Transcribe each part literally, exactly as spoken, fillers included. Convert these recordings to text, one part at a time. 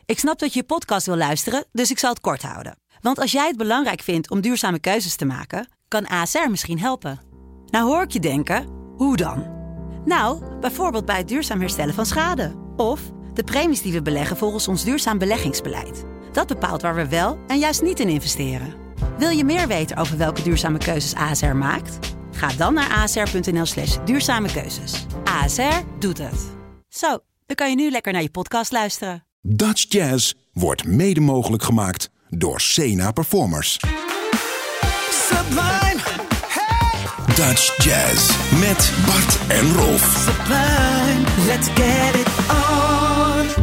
Ik snap dat je je podcast wil luisteren, dus ik zal het kort houden. Want als jij het belangrijk vindt om duurzame keuzes te maken, kan A S R misschien helpen. Nou hoor ik je denken, hoe dan? Nou, bijvoorbeeld bij het duurzaam herstellen van schade. Of de premies die we beleggen volgens ons duurzaam beleggingsbeleid. Dat bepaalt waar we wel en juist niet in investeren. Wil je meer weten over welke duurzame keuzes A S R maakt? Ga dan naar asr.nl slash duurzame keuzes. A S R doet het. Zo, dan kan je nu lekker naar je podcast luisteren. Dutch Jazz wordt mede mogelijk gemaakt door Sena Performers. Sublime, hey! Dutch Jazz met Bart en Rolf. Sublime, let's get it on.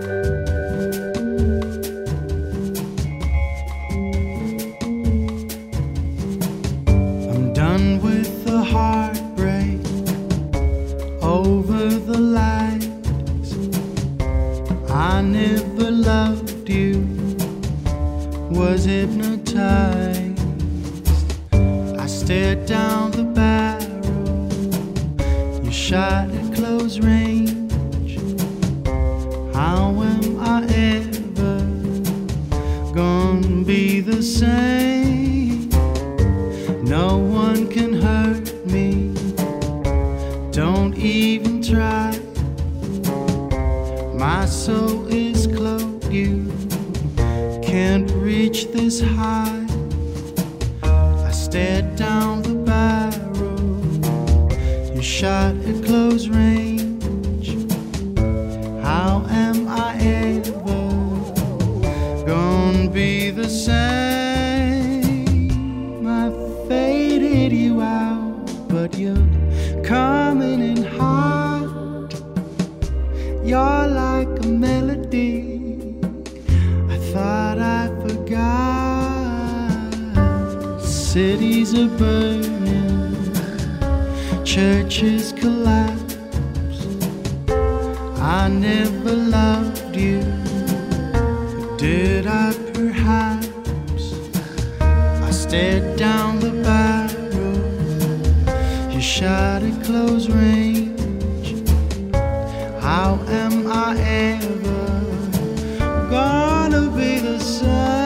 I'm done with the heartbreak over the lies. I never loved you, was hypnotized. I stared down the barrel, you shot at close range. How am I ever gonna be the same? No one can hurt me, don't even try. My soul is cloaked, you can't reach this high. I stared down the barrel, you shot at close range. How am I ever gonna be the same? I faded you out, but you're coming in hot. You're like a melody I thought I forgot. Cities are burning, churches collapse. I never loved you, did I perhaps? I stared down the barrel, you shot at close range. How am I ever gonna be the same?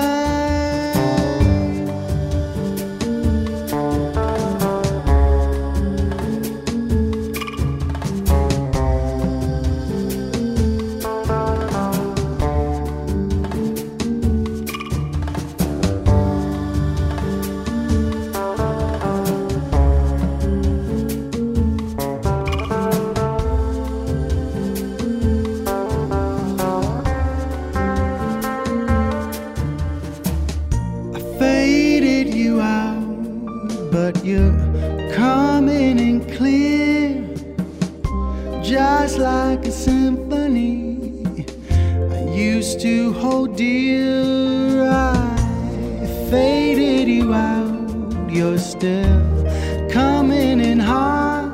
But you're coming in clear, just like a symphony I used to hold dear. I faded you out, you're still coming in hot.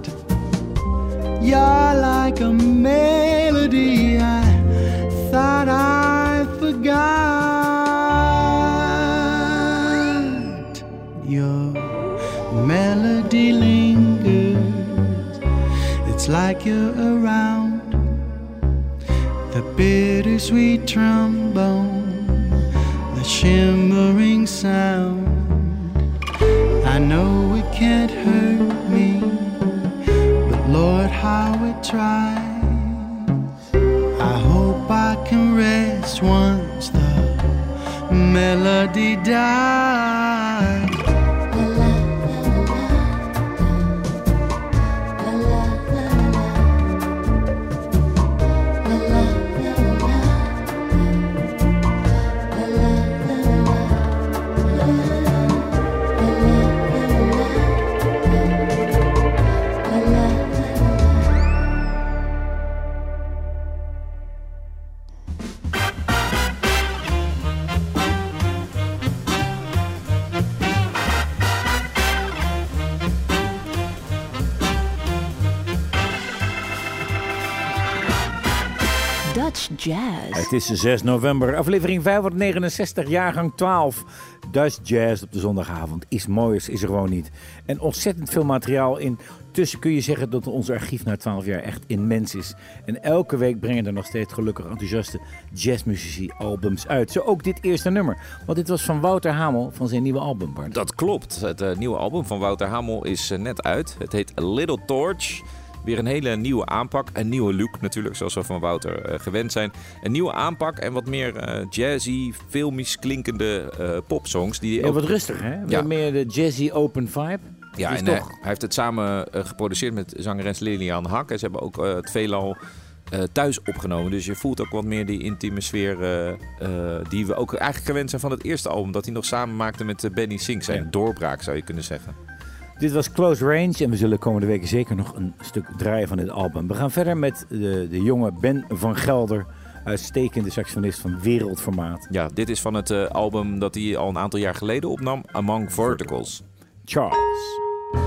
You're like a melody I thought I forgot. Your melody lingers, it's like you're around. The bittersweet trombone, the shimmering sound. I know it can't hurt me, but Lord, how it tries. I hope I can rest once the melody dies. Jazz. Het is zes november, aflevering vijfhonderdnegenenzestig, jaargang twaalf. Dutch Jazz op de zondagavond. Is mooiers, is er gewoon niet. En ontzettend veel materiaal in. Tussen kun je zeggen dat ons archief na twaalf jaar echt immens is. En elke week brengen er nog steeds gelukkig enthousiaste jazzmuzici albums uit. Zo ook dit eerste nummer. Want dit was van Wouter Hamel van zijn nieuwe album, Bart. Dat klopt. Het uh, nieuwe album van Wouter Hamel is uh, net uit. Het heet A Little Torch. Weer een hele nieuwe aanpak. Een nieuwe look natuurlijk, zoals we van Wouter uh, gewend zijn. Een nieuwe aanpak en wat meer uh, jazzy, filmisch klinkende uh, popsongs. Die ja, ook... wat rustiger, hè? Ja. Meer de jazzy open vibe. Ja, en toch... uh, hij heeft het samen uh, geproduceerd met zangeres Lilian Hak. En ze hebben ook uh, het veelal uh, thuis opgenomen. Dus je voelt ook wat meer die intieme sfeer uh, uh, die we ook eigenlijk gewend zijn van het eerste album. Dat hij nog samen maakte met uh, Benny Sink. Zijn ja. doorbraak, zou je kunnen zeggen. Dit was Close Range en we zullen komende weken zeker nog een stuk draaien van dit album. We gaan verder met de, de jonge Ben van Gelder, uitstekende saxofonist van wereldformaat. Ja, dit is van het uh, album dat hij al een aantal jaar geleden opnam, Among Verticals. Charles.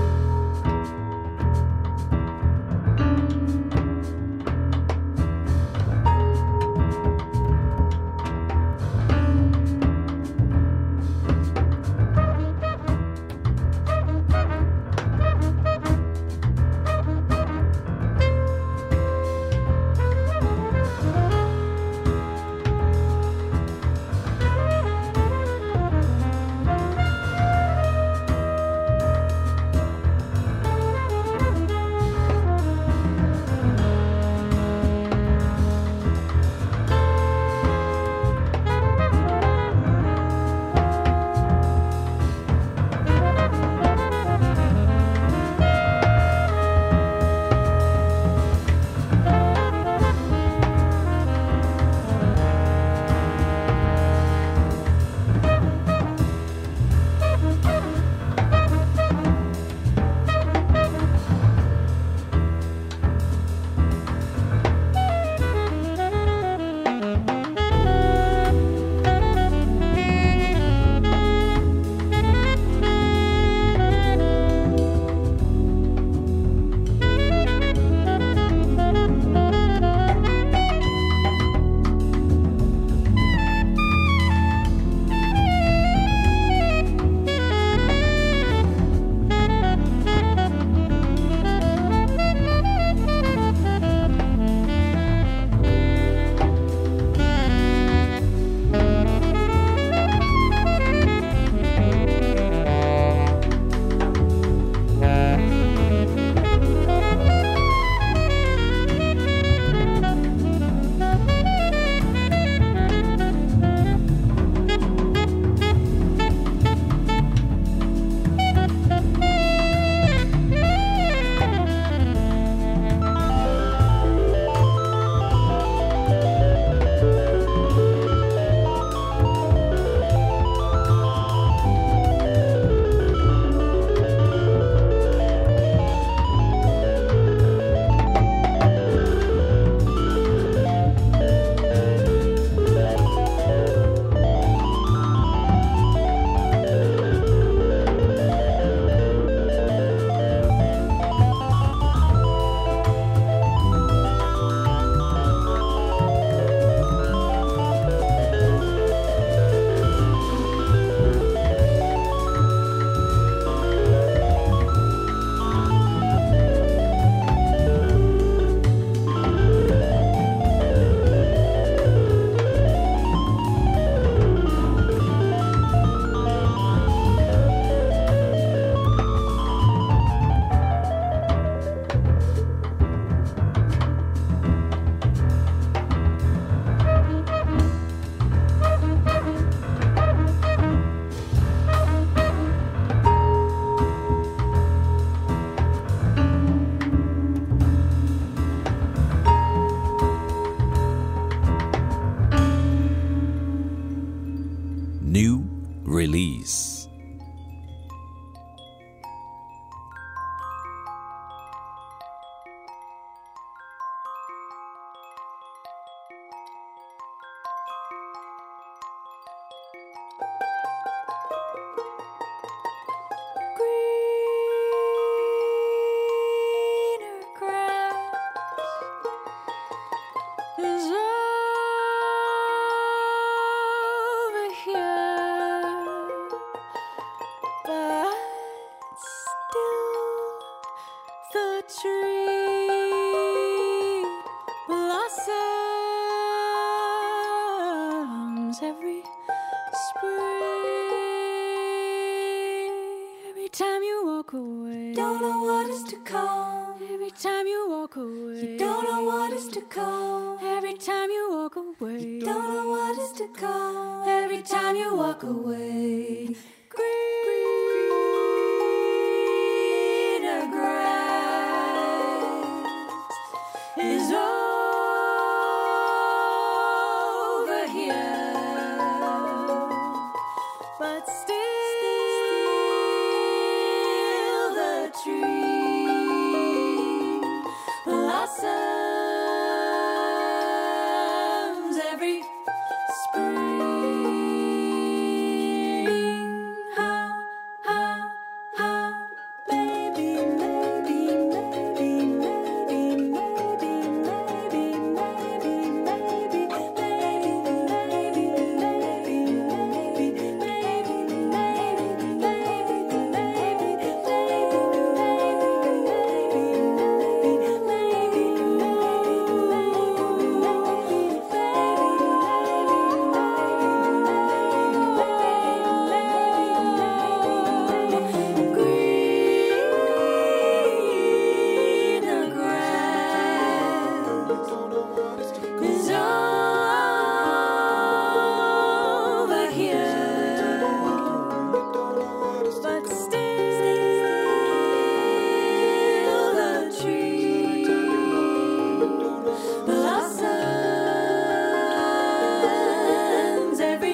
New Release. Greener grass is all time you walk away, don't know what is to come. Every time you walk away, you don't know what is to come. Every time you walk away, you don't know what is to come. Every time you walk away, greener grass is over here, but still the tree blossoms every spring. How, how, how, maybe, maybe, maybe, maybe, maybe, maybe, maybe, maybe, greener grass is over here, but still the tree blossoms every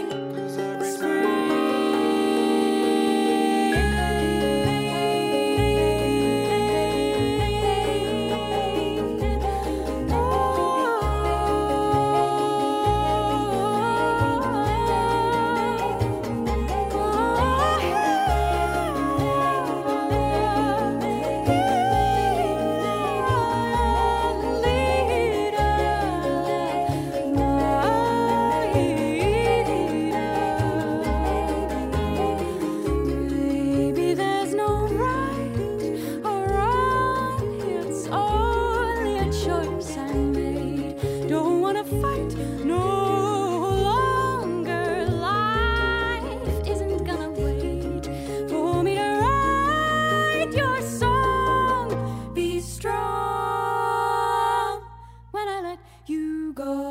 Maybe there's no right or wrong, it's only a choice I made. Don't wanna fight no longer. Life isn't gonna wait for me to write your song. Be strong when I let you go.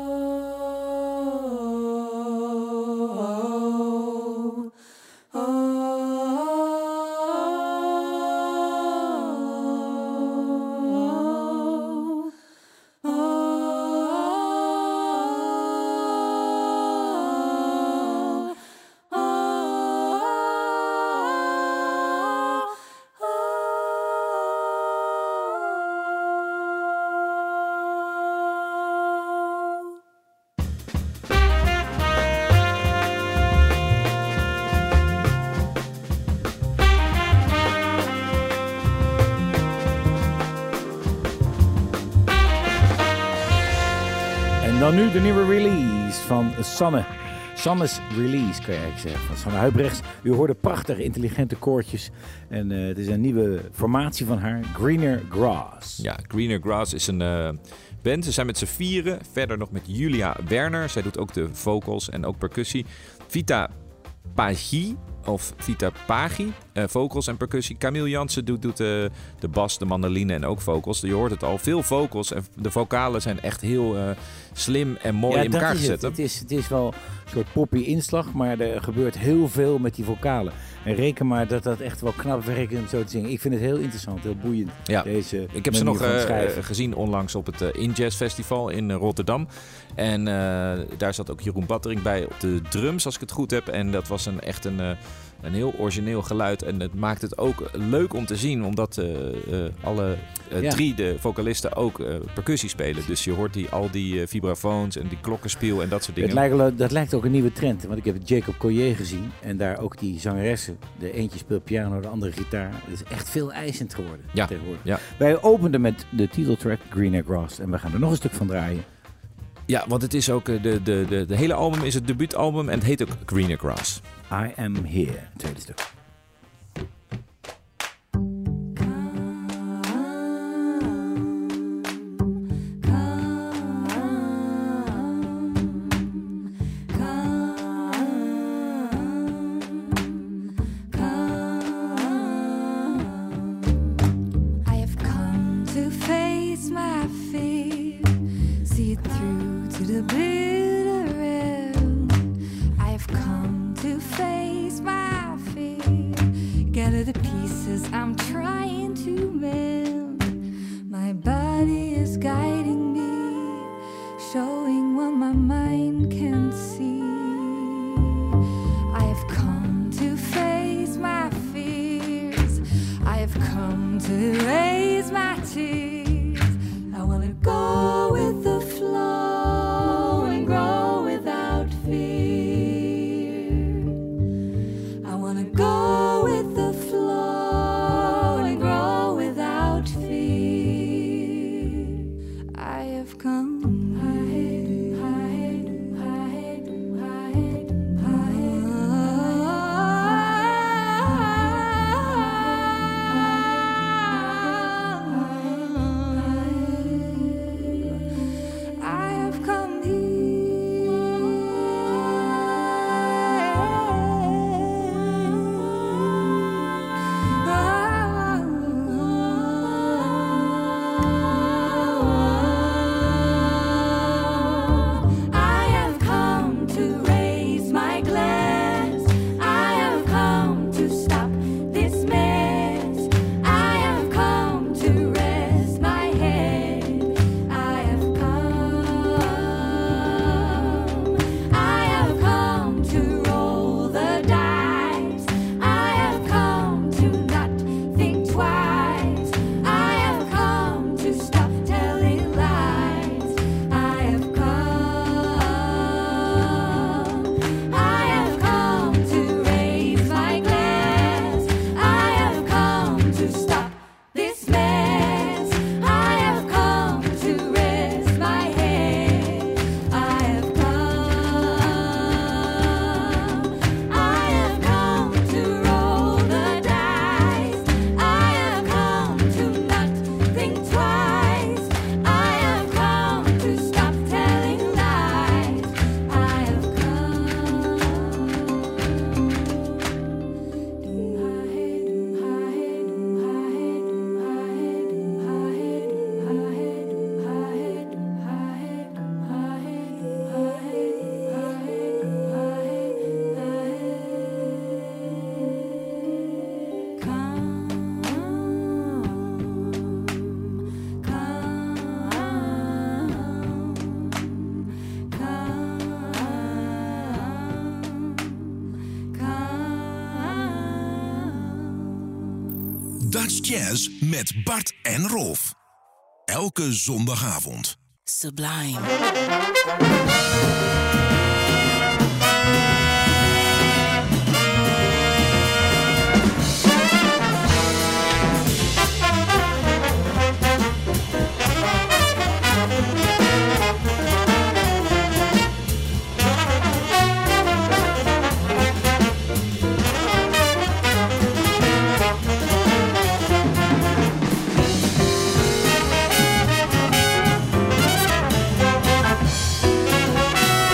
En dan nu de nieuwe release van Sanne. Sanne's release, kan je eigenlijk zeggen, van Sanne Huibrechts. U hoorde prachtige, intelligente koortjes. En uh, het is een nieuwe formatie van haar, Greener Grass. Ja, Greener Grass is een uh, band. Ze zijn met z'n vieren. Verder nog met Julia Werner. Zij doet ook de vocals en ook percussie. Vita Pagi, of Vita Pagi, uh, vocals en percussie. Camille Jansen doet, doet uh, de bas, de mandoline en ook vocals. Je hoort het al, veel vocals. En de vocalen zijn echt heel uh, slim en mooi ja, in elkaar dat is gezet. Het. Het, is, het is wel een soort poppy inslag, maar er gebeurt heel veel met die vocalen. En reken maar dat dat echt wel knap werkt om zo te zingen. Ik vind het heel interessant, heel boeiend. Ja, deze ik heb ze nog uh, schrijven. gezien onlangs op het uh, In Jazz Festival in uh, Rotterdam. En uh, daar zat ook Jeroen Battering bij op de drums, als ik het goed heb. En dat was een, echt een, uh, een heel origineel geluid. En het maakt het ook leuk om te zien, omdat uh, uh, alle uh, ja. drie de vocalisten ook uh, percussie spelen. Dus je hoort die, al die uh, vibrafoons en die klokkenspiel en dat soort dingen. Het lijkt, dat lijkt ook een nieuwe trend. Want ik heb Jacob Collier gezien. En daar ook die zangeressen. De eentje speelt piano, de andere gitaar. Het is echt veel eisend geworden Ja. tegenwoordig. Ja. Wij openden met de titeltrack Greener Grass. En we gaan er nog een stuk van draaien. Ja, want het is ook de, de, de, de hele album is het debuutalbum en het heet ook Greener Grass. I Am Here, tweede stuk. Come, come, come. I've come to face my fear, gather the pieces I'm trying to mend. My body is guiding me, showing what my mind can't see. I have come to face my fears, I have come to raise my tears. I wanna go with the flow and grow without fear. I wanna go with the flow and grow without fear. I have come. Dutch Jazz met Bart en Rolf. Elke zondagavond. Sublime. I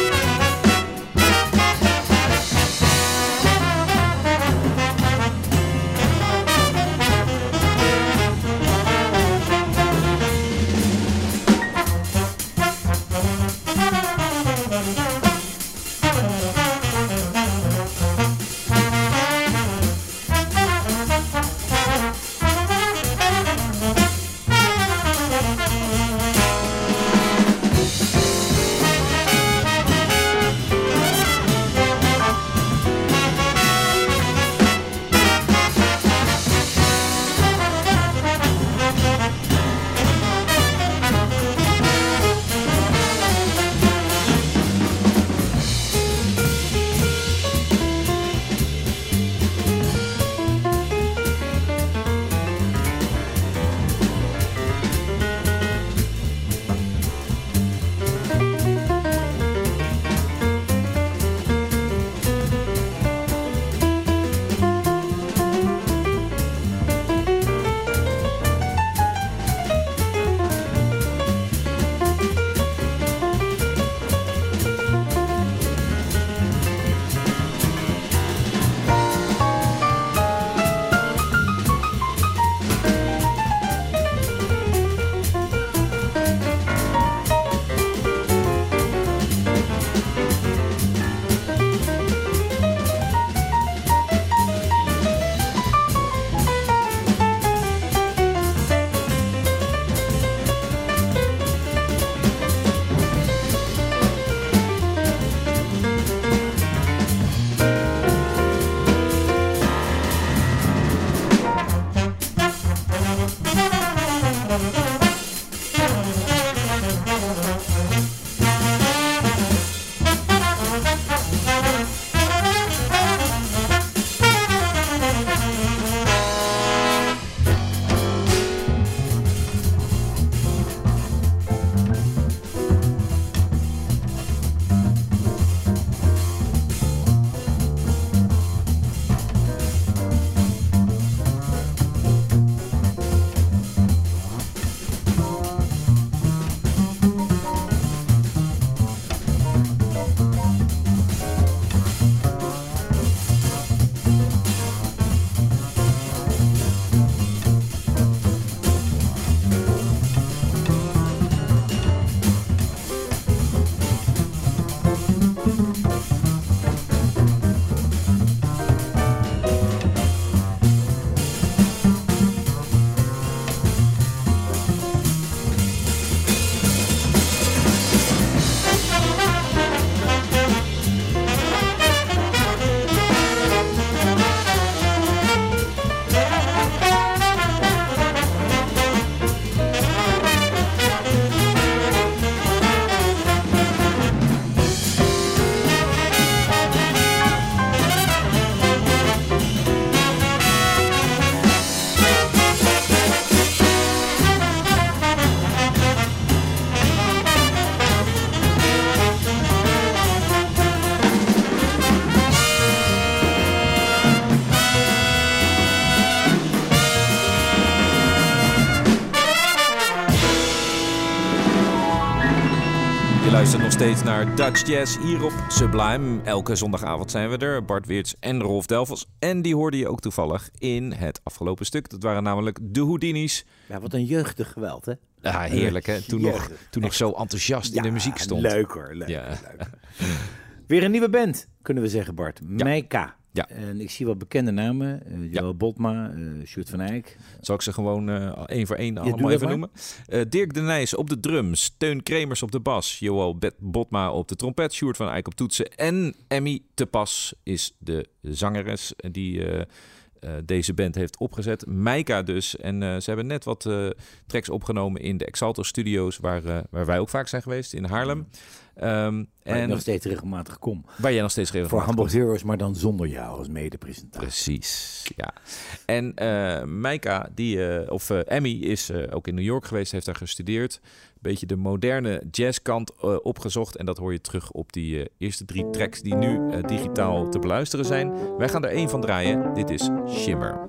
luistert nog steeds naar Dutch Jazz hier op Sublime. Elke zondagavond zijn we er, Bart Weerts en Rolf Delvels. En die hoorde je ook toevallig in het afgelopen stuk. Dat waren namelijk de Houdini's. Ja, wat een jeugdig geweld, hè? Ja, heerlijk, hè? Toen, nog, toen nog zo enthousiast in ja, de muziek stond. Leuk hoor, leuk, Ja. leuk. Weer een nieuwe band, kunnen we zeggen, Bart. Ja. Meika. Ja. En ik zie wat bekende namen. Uh, Joël Ja. Botma, uh, Sjoerd van Eyck. Zal ik ze gewoon uh, één voor één Ja, allemaal doe even dat noemen? Uh, Dirk de Nijs op de drums, Teun Kremers op de bas, Joël Bet- Botma op de trompet, Sjoerd van Eyck op toetsen en Emmy Te Pas is de zangeres die uh, uh, deze band heeft opgezet. Meika dus. En uh, ze hebben net wat uh, tracks opgenomen in de Exalto Studios, waar, uh, waar wij ook vaak zijn geweest, in Haarlem. Um, Waar en ik nog steeds regelmatig kom. waar jij nog steeds Voor regelmatig Hamburg komt. Heroes, maar dan zonder jou als medepresentator. Precies, ja. En uh, Meika, die, uh, of uh, Emmy, is uh, ook in New York geweest, heeft daar gestudeerd. Een beetje de moderne jazzkant uh, opgezocht. En dat hoor je terug op die uh, eerste drie tracks die nu uh, digitaal te beluisteren zijn. Wij gaan er één van draaien. Dit is Shimmer.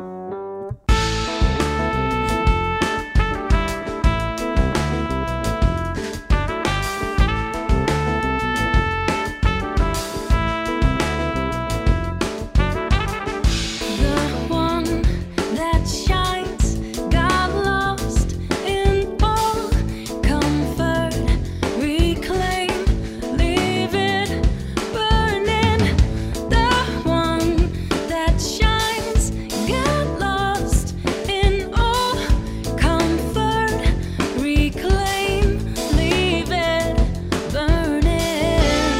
The one that shines got lost in all comfort. Reclaim, leave it burning. The one that shines got lost in all comfort. Reclaim, leave it burning.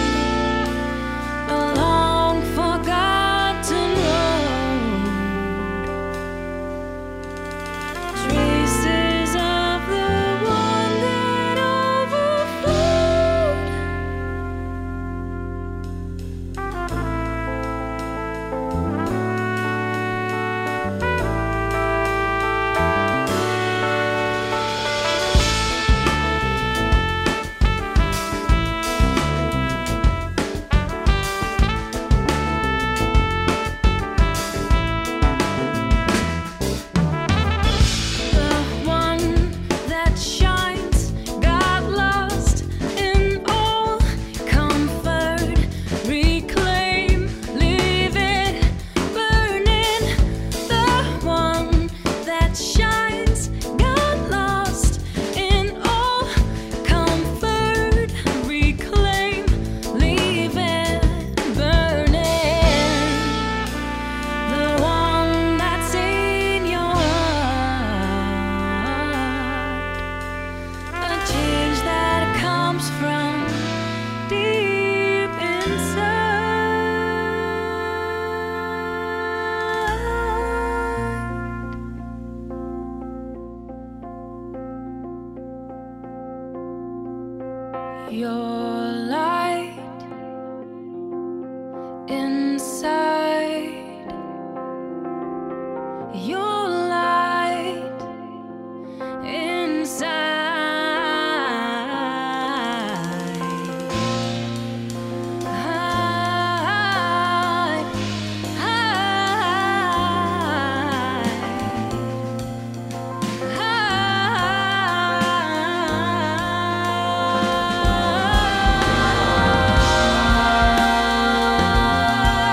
A long forgotten road. Traces of the one that overflowed. The one that shines got lost in all comfort. Reclaim, leave it burning. The one that shines got lost in all comfort. Reclaim, leave it burning. The one that's in your heart, a change that comes from deep inside. Your light inside. Your light inside. Hide, hide, hide.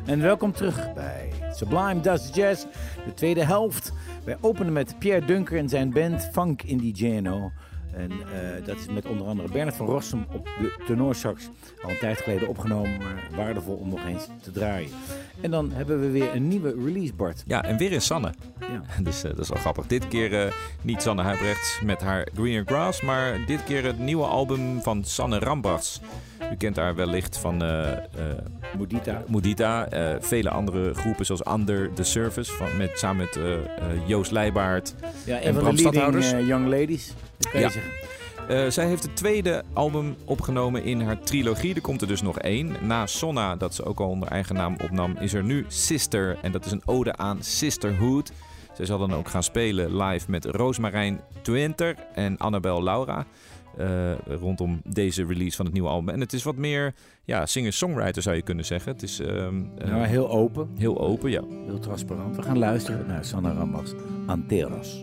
En welkom terug bij Sublime Dust Jazz, de tweede helft. Wij openen met Pierre Dunker en zijn band Funk Indiano. En uh, dat is met onder andere Bernard van Rossum op de tenorsax. Al een tijd geleden opgenomen, maar waardevol om nog eens te draaien. En dan hebben we weer een nieuwe release, Bart. Ja, en weer is Sanne. Ja. Dus uh, dat is wel grappig. Dit keer uh, niet Sanne Huibrechts met haar Greener Grass, maar dit keer het nieuwe album van Sanne Rambachs. U kent haar wellicht van uh, uh, Mudita. Mudita. Uh, vele andere groepen zoals Under the Surface, van, met, samen met uh, uh, Joost Leijbaard ja, en van Bram de leading Stadhouders. uh, Young Ladies. Dat kan je Ja. zeggen. Uh, zij heeft het tweede album opgenomen in haar trilogie. Er komt er dus nog één. Na Sonna, dat ze ook al onder eigen naam opnam, is er nu Sister. En dat is een ode aan sisterhood. Zij zal dan ook gaan spelen live met Roosmarijn Twinter en Annabel Laura. Uh, rondom deze release van het nieuwe album. En het is wat meer ja, singer-songwriter zou je kunnen zeggen. Het is um, uh, Nou, heel open. heel open, ja. Heel transparant. We gaan luisteren naar Sanne Rambachs Anteros.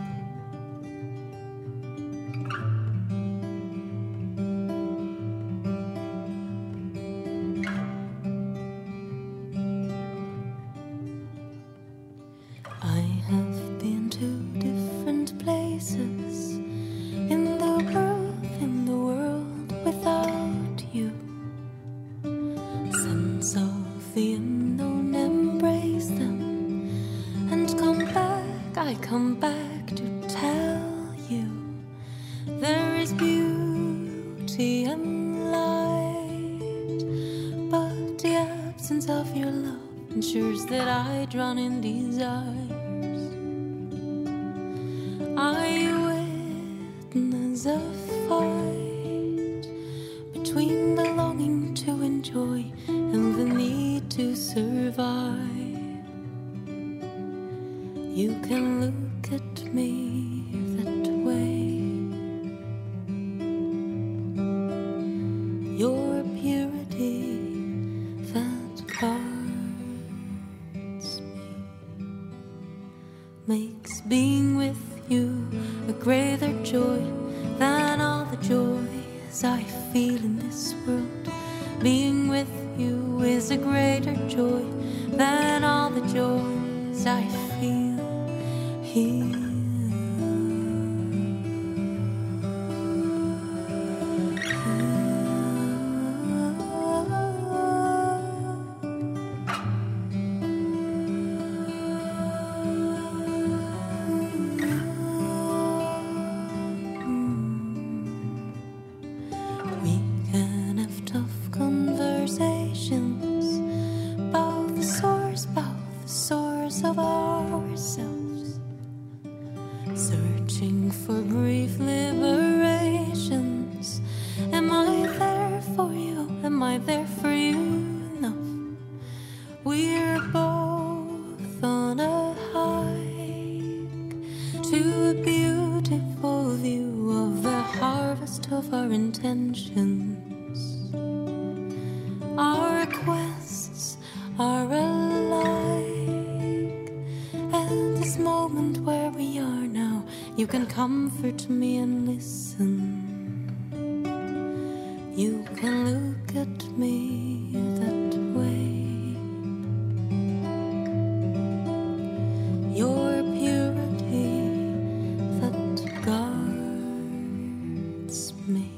I have been to different places in the world, in the world without you. Sense of the unknown embrace them and come back, I come back to tell you there is beauty and light, but the absence of your love ensures that I drown in desires. I witness a fight between the longing to enjoy and the need to survive. You can look at me that way. Your purity that guards makes being with you a greater joy than all the joys I feel in this world. Being with you is a greater joy than all the joys I feel here. Comfort me and listen. You can look at me that way. Your purity that guards me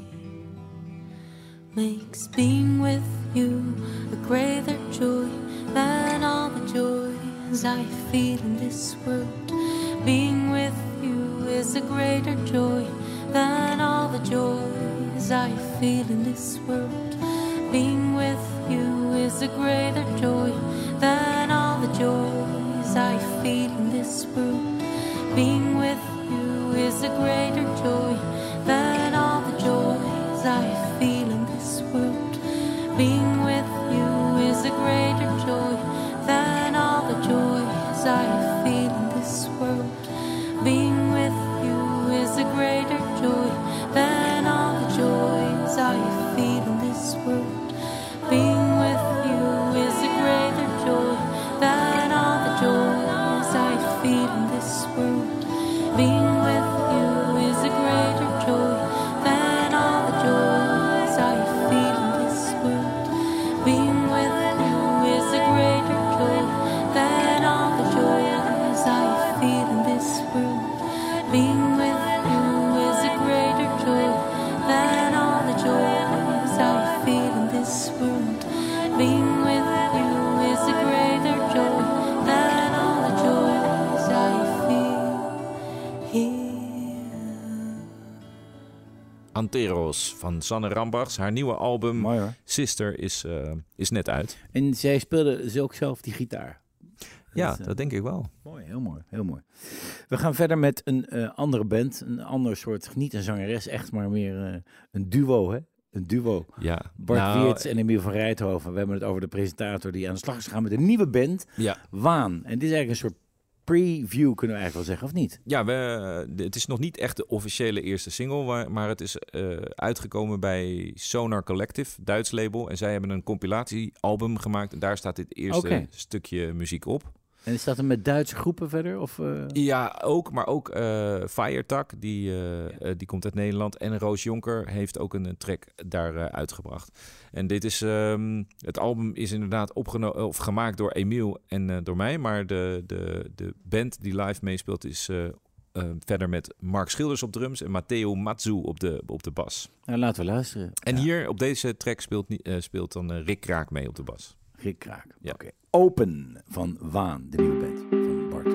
makes being with you a greater joy than all the joys I feel in this world. Being with you is a greater joy than all the joys I feel in this world. Being with you is a greater joy than all the joys I feel in this world. Being with you is a greater joy than all the joys I feel in this world. Being with you is a greater joy than all the joys I feel in this world. Being with you is a greater joy than all the joys I feel in this world. Being with you is a greater Fronteros van Sanne Rambachs. Haar nieuwe album Mooi hoor. Sister is, uh, is net uit. En zij speelde dus ook zelf die gitaar. Ja, dat, uh, dat denk ik wel. Mooi, heel mooi, heel mooi. We gaan verder met een uh, andere band. Een ander soort, niet een zangeres echt, maar meer uh, een duo, hè? Een duo. Ja. Bart nou, Weerts en Emiel van Rijthoven. We hebben het over de presentator die aan de slag is gegaan met een nieuwe band. Ja. Waan. En dit is eigenlijk een soort preview, kunnen we eigenlijk wel zeggen, of niet? Ja, we, de, het is nog niet echt de officiële eerste single, maar, maar het is uh, uitgekomen bij Sonar Collective, Duits label. En zij hebben een compilatiealbum gemaakt en daar staat dit eerste Okay. stukje muziek op. En is dat dan met Duitse groepen verder? Of, uh... Ja, ook, maar ook uh, Firetak, die, uh, ja. uh, die komt uit Nederland. En Roos Jonker heeft ook een, een track daar uh, uitgebracht. En dit is, um, het album is inderdaad opgeno- of gemaakt door Emiel en uh, door mij. Maar de, de, de band die live meespeelt is uh, uh, verder met Mark Schilders op drums en Matteo Mazzu op de, op de bas. Nou, laten we luisteren. En ja. hier op deze track speelt, uh, speelt dan uh, Rick Kraak mee op de bas. Rick Kraak. Ja. Oké. Okay. Open van Waan, de nieuwe band van Bart.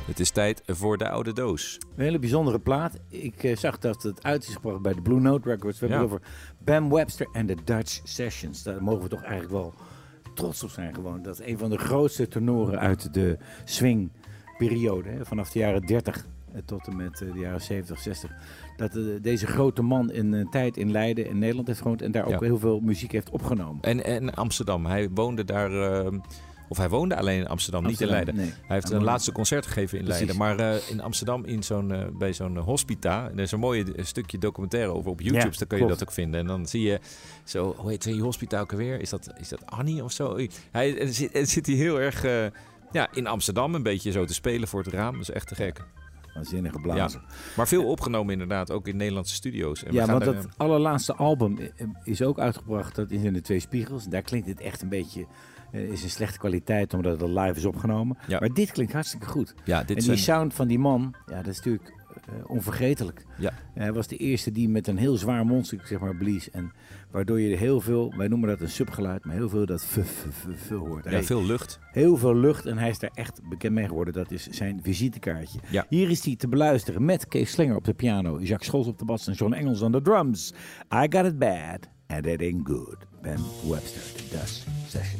Het is tijd voor de oude doos. Een hele bijzondere plaat. Ik uh, zag dat het uit is gebracht bij de Blue Note Records. We hebben Ja. het over Bam Webster en de Dutch Sessions. Daar mogen we toch eigenlijk wel trots op zijn gewoon. Dat is een van de grootste tenoren uit de swingperiode. Hè, vanaf de jaren dertig tot en met uh, de jaren zeventig, zestig. Dat uh, deze grote man in een tijd in Leiden in Nederland heeft gewoond. En daar ook Ja. heel veel muziek heeft opgenomen. En, en Amsterdam. Hij woonde daar... Uh, of hij woonde alleen in Amsterdam, Amsterdam, niet in Leiden. nee. Hij heeft Hij een woonde- laatste concert gegeven in Precies. Leiden. Maar uh, in Amsterdam in zo'n, uh, bij zo'n uh, hospita. En er is een mooi uh, stukje documentaire over op YouTube. Ja, Dus dan kun je klopt. dat ook vinden. En dan zie je zo... Hoe heet die hospita ook alweer? Is dat, is dat Annie of zo? Hij en zit, en zit hij heel erg... Uh, ja, in Amsterdam een beetje zo te spelen voor het raam. Dat is echt te gek. Waanzinnige blazen. Maar veel opgenomen inderdaad, ook in Nederlandse studio's. En we Ja, gaan want er, dat allerlaatste album is ook uitgebracht. Dat is in de Twee Spiegels. En daar klinkt het echt een beetje... Uh, is een slechte kwaliteit omdat het live is opgenomen. Ja. Maar dit klinkt hartstikke goed. Ja, dit en die zijn- sound van die man, ja, dat is natuurlijk uh, onvergetelijk. Ja. Hij was de eerste die met een heel zwaar mondstuk, zeg maar, blies. En waardoor je heel veel, wij noemen dat een subgeluid, maar heel veel dat f, f, f, f hoort. Ja, Hij- veel lucht. Heel veel lucht en hij is daar echt bekend mee geworden. Dat is zijn visitekaartje. Ja. Hier is hij te beluisteren met Kees Slinger op de piano, Jacques Scholz op de bas en John Engels aan de drums. I got it bad and it ain't good. Bam Webster, the Dutch Session.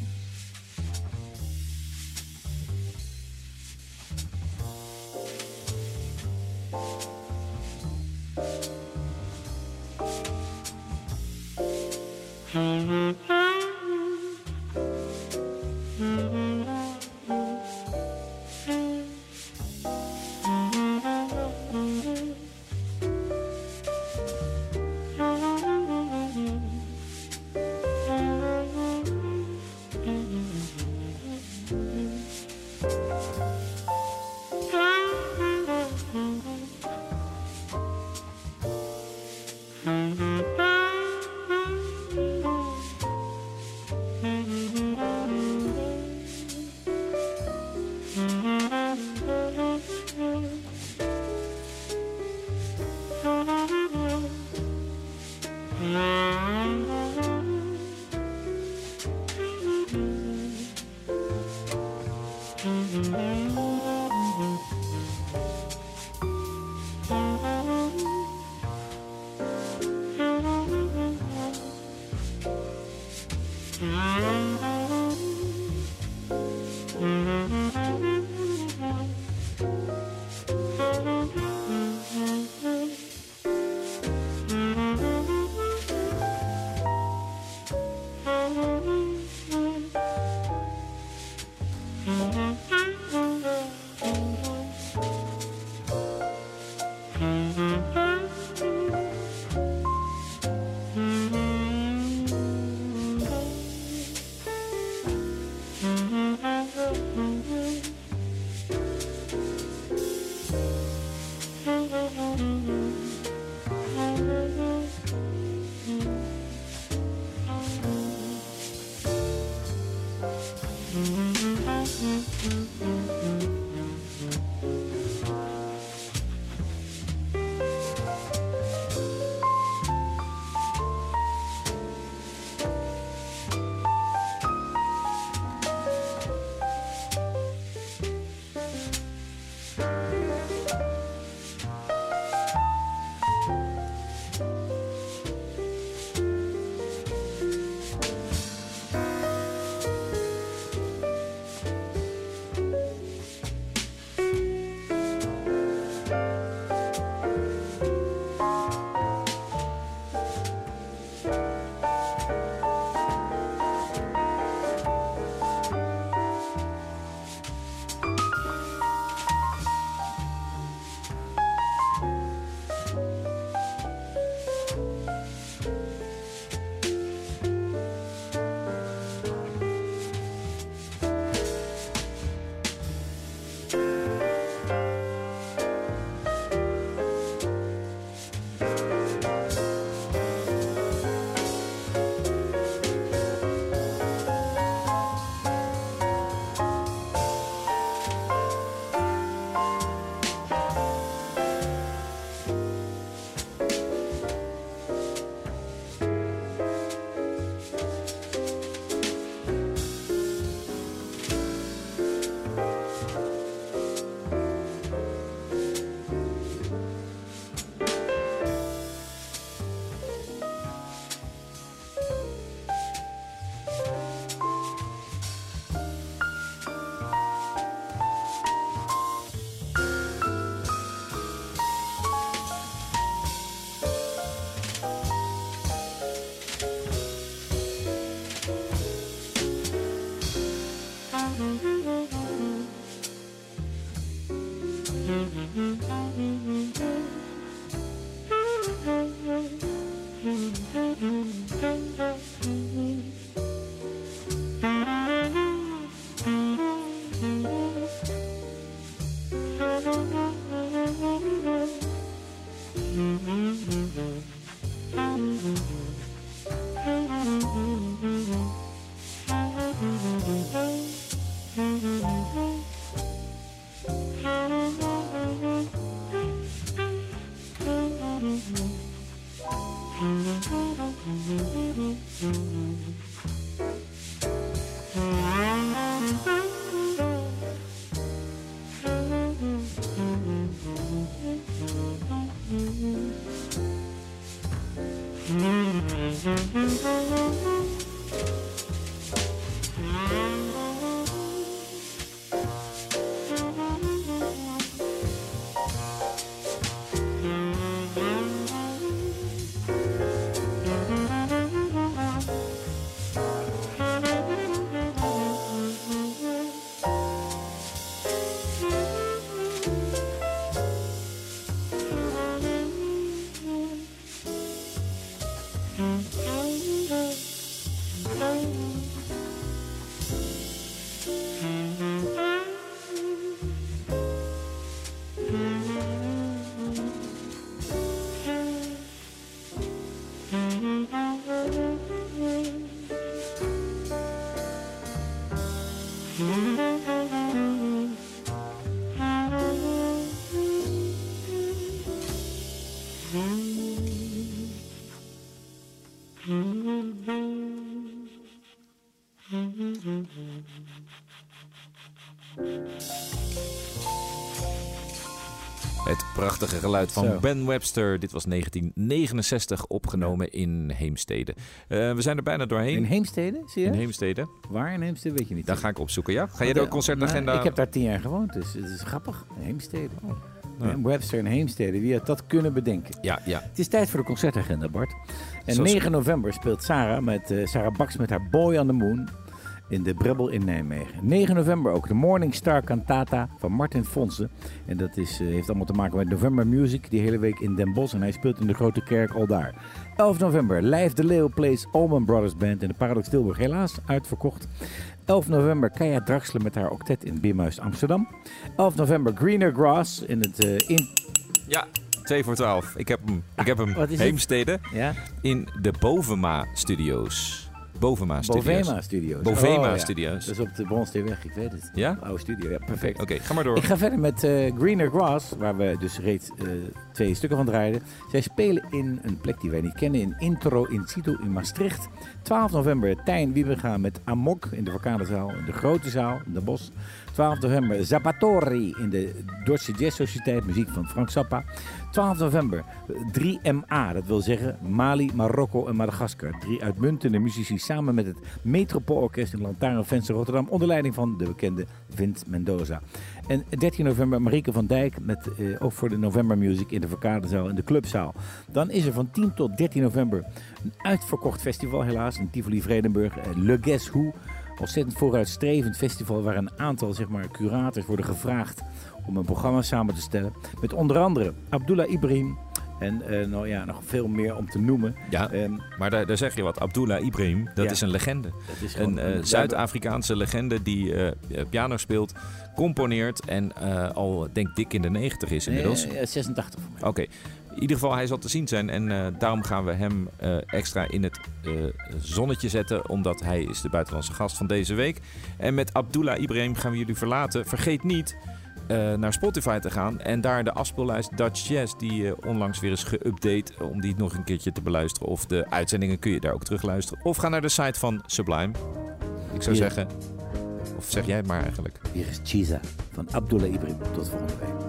Het prachtige geluid van Zo. Ben Webster. Dit was negentien negenenzestig opgenomen in Heemstede. Uh, we zijn er bijna doorheen. In Heemstede, zie je? In Heemstede. Waar in Heemstede, weet je niet. Daar ga ik opzoeken, ja? Ga jij de concertagenda... Nou, ik heb daar tien jaar gewoond, dus het is grappig. Heemstede. Oh. Ja. Ben Webster in Heemstede, wie had dat kunnen bedenken? Ja, ja. Het is tijd voor de concertagenda, Bart. En Zoals... negen november speelt Sarah, met, uh, Sarah Baks met haar Boy on the Moon in de Brebbel in Nijmegen. negen november ook de Morning Star Cantata van Martin Fonse. En dat is, uh, heeft allemaal te maken met November Music, die hele week in Den Bosch. En hij speelt in de Grote Kerk al daar. elf november, Lijf de Leeuw plays Allman Brothers Band in de Paradox Tilburg. Helaas uitverkocht. elf november, Kaya Draxler met haar octet in Biermuis Amsterdam. elf november, Greener Grass in het... Uh, in... Ja, twee voor twaalf. Ik heb hem. Ik heb hem. Wat is Heemstede. Ja? In de Bovema Studios. Bovema Studios. Bovema Studios. Bovema oh, ja. Studios. Dat is op de Bronsteeweg, ik weet het. Ja? Oude studio, ja, perfect. Oké, okay, ga maar door. Ik ga verder met uh, Greener Grass, waar we dus reeds uh, twee stukken van draaiden. Zij spelen in een plek die wij niet kennen, in Intro in Situ in Maastricht. twaalf november, Tijn Wieberga met Amok in de Vulkanenzaal, in de Grote Zaal, in de Bos. twaalf november, Zappatori in de Duitse Jazz Sociëteit, muziek van Frank Zappa. twaalf november, drie M A, dat wil zeggen Mali, Marokko en Madagaskar. Drie uitmuntende muzici samen met het Metropoolorkest in Lantaarnvenster Rotterdam onder leiding van de bekende Vint Mendoza. En dertien november Marieke van Dijk met uh, ook voor de November Music in de Verkaderzaal in de Clubzaal. Dan is er van tien tot dertien november een uitverkocht festival helaas in Tivoli Vredenburg. Uh, Le Guess Who. Ontzettend vooruitstrevend festival waar een aantal zeg maar, curators worden gevraagd om een programma samen te stellen. Met onder andere Abdullah Ibrahim en uh, nou ja, nog veel meer om te noemen. Ja, um, maar daar, daar zeg je wat. Abdullah Ibrahim, dat ja, is een legende. Dat is een uh, Zuid-Afrikaanse legende die uh, piano speelt, componeert en uh, al denk dik in de negentig is inmiddels. Nee, uh, zesentachtig voor mij. Oké. Okay. In ieder geval, hij zal te zien zijn en uh, daarom gaan we hem uh, extra in het uh, zonnetje zetten, omdat hij is de buitenlandse gast van deze week. En met Abdullah Ibrahim gaan we jullie verlaten. Vergeet niet uh, naar Spotify te gaan en daar de afspeellijst Dutch Jazz, die uh, onlangs weer is geüpdate, om die nog een keertje te beluisteren. Of de uitzendingen kun je daar ook terugluisteren. Of ga naar de site van Sublime. Ik zou Hier. zeggen, of zeg jij het maar eigenlijk. Hier is Chiza van Abdullah Ibrahim. Tot volgende week.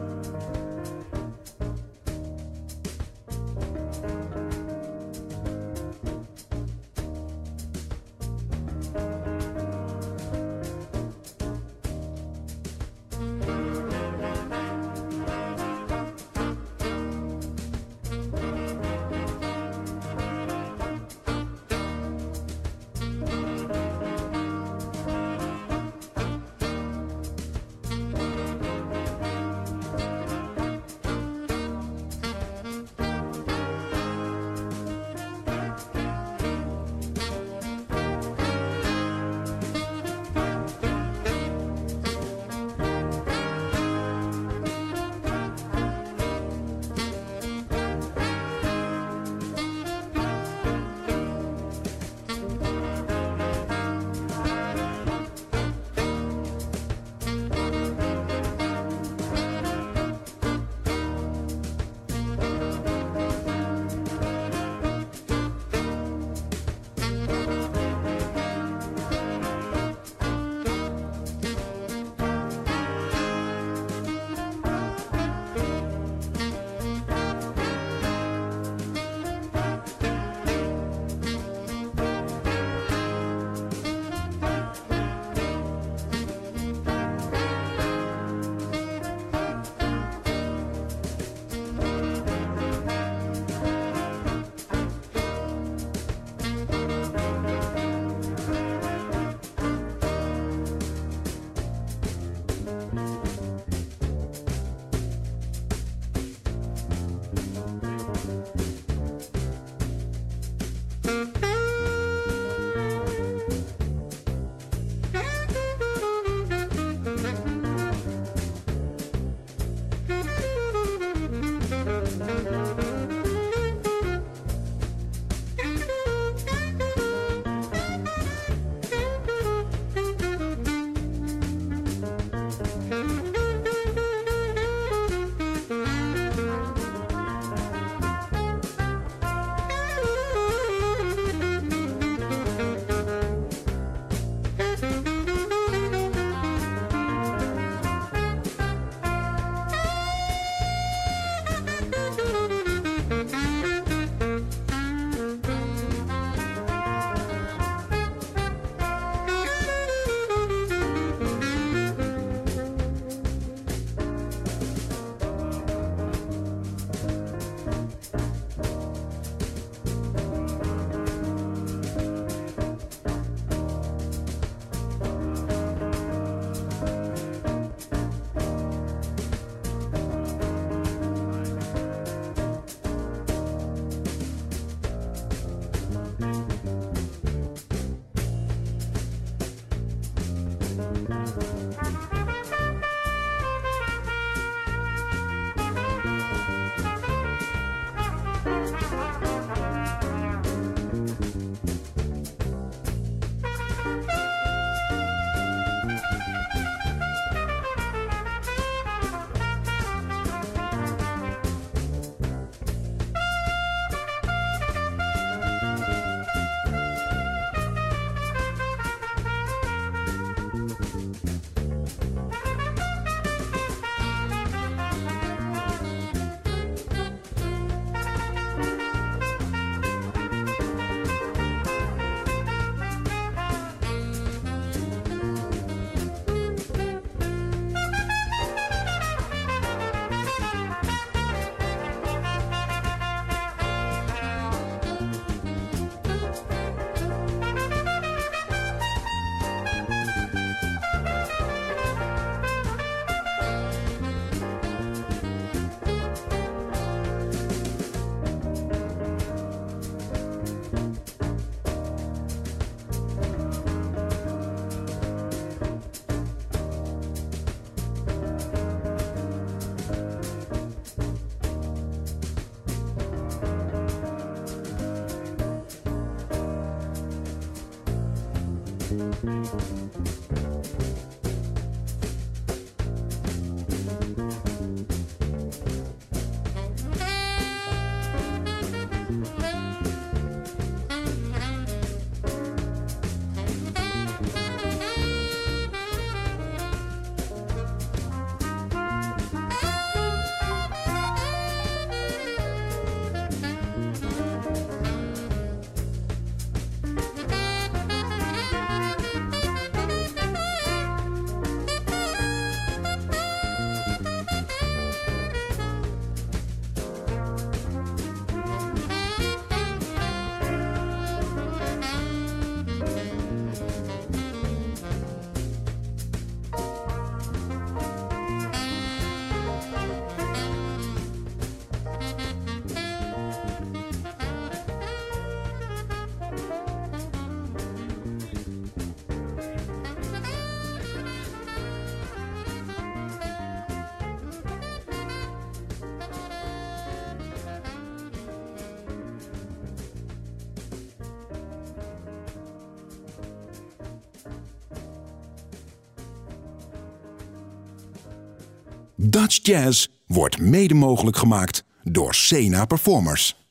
Dutch Jazz wordt mede mogelijk gemaakt door Sena Performers.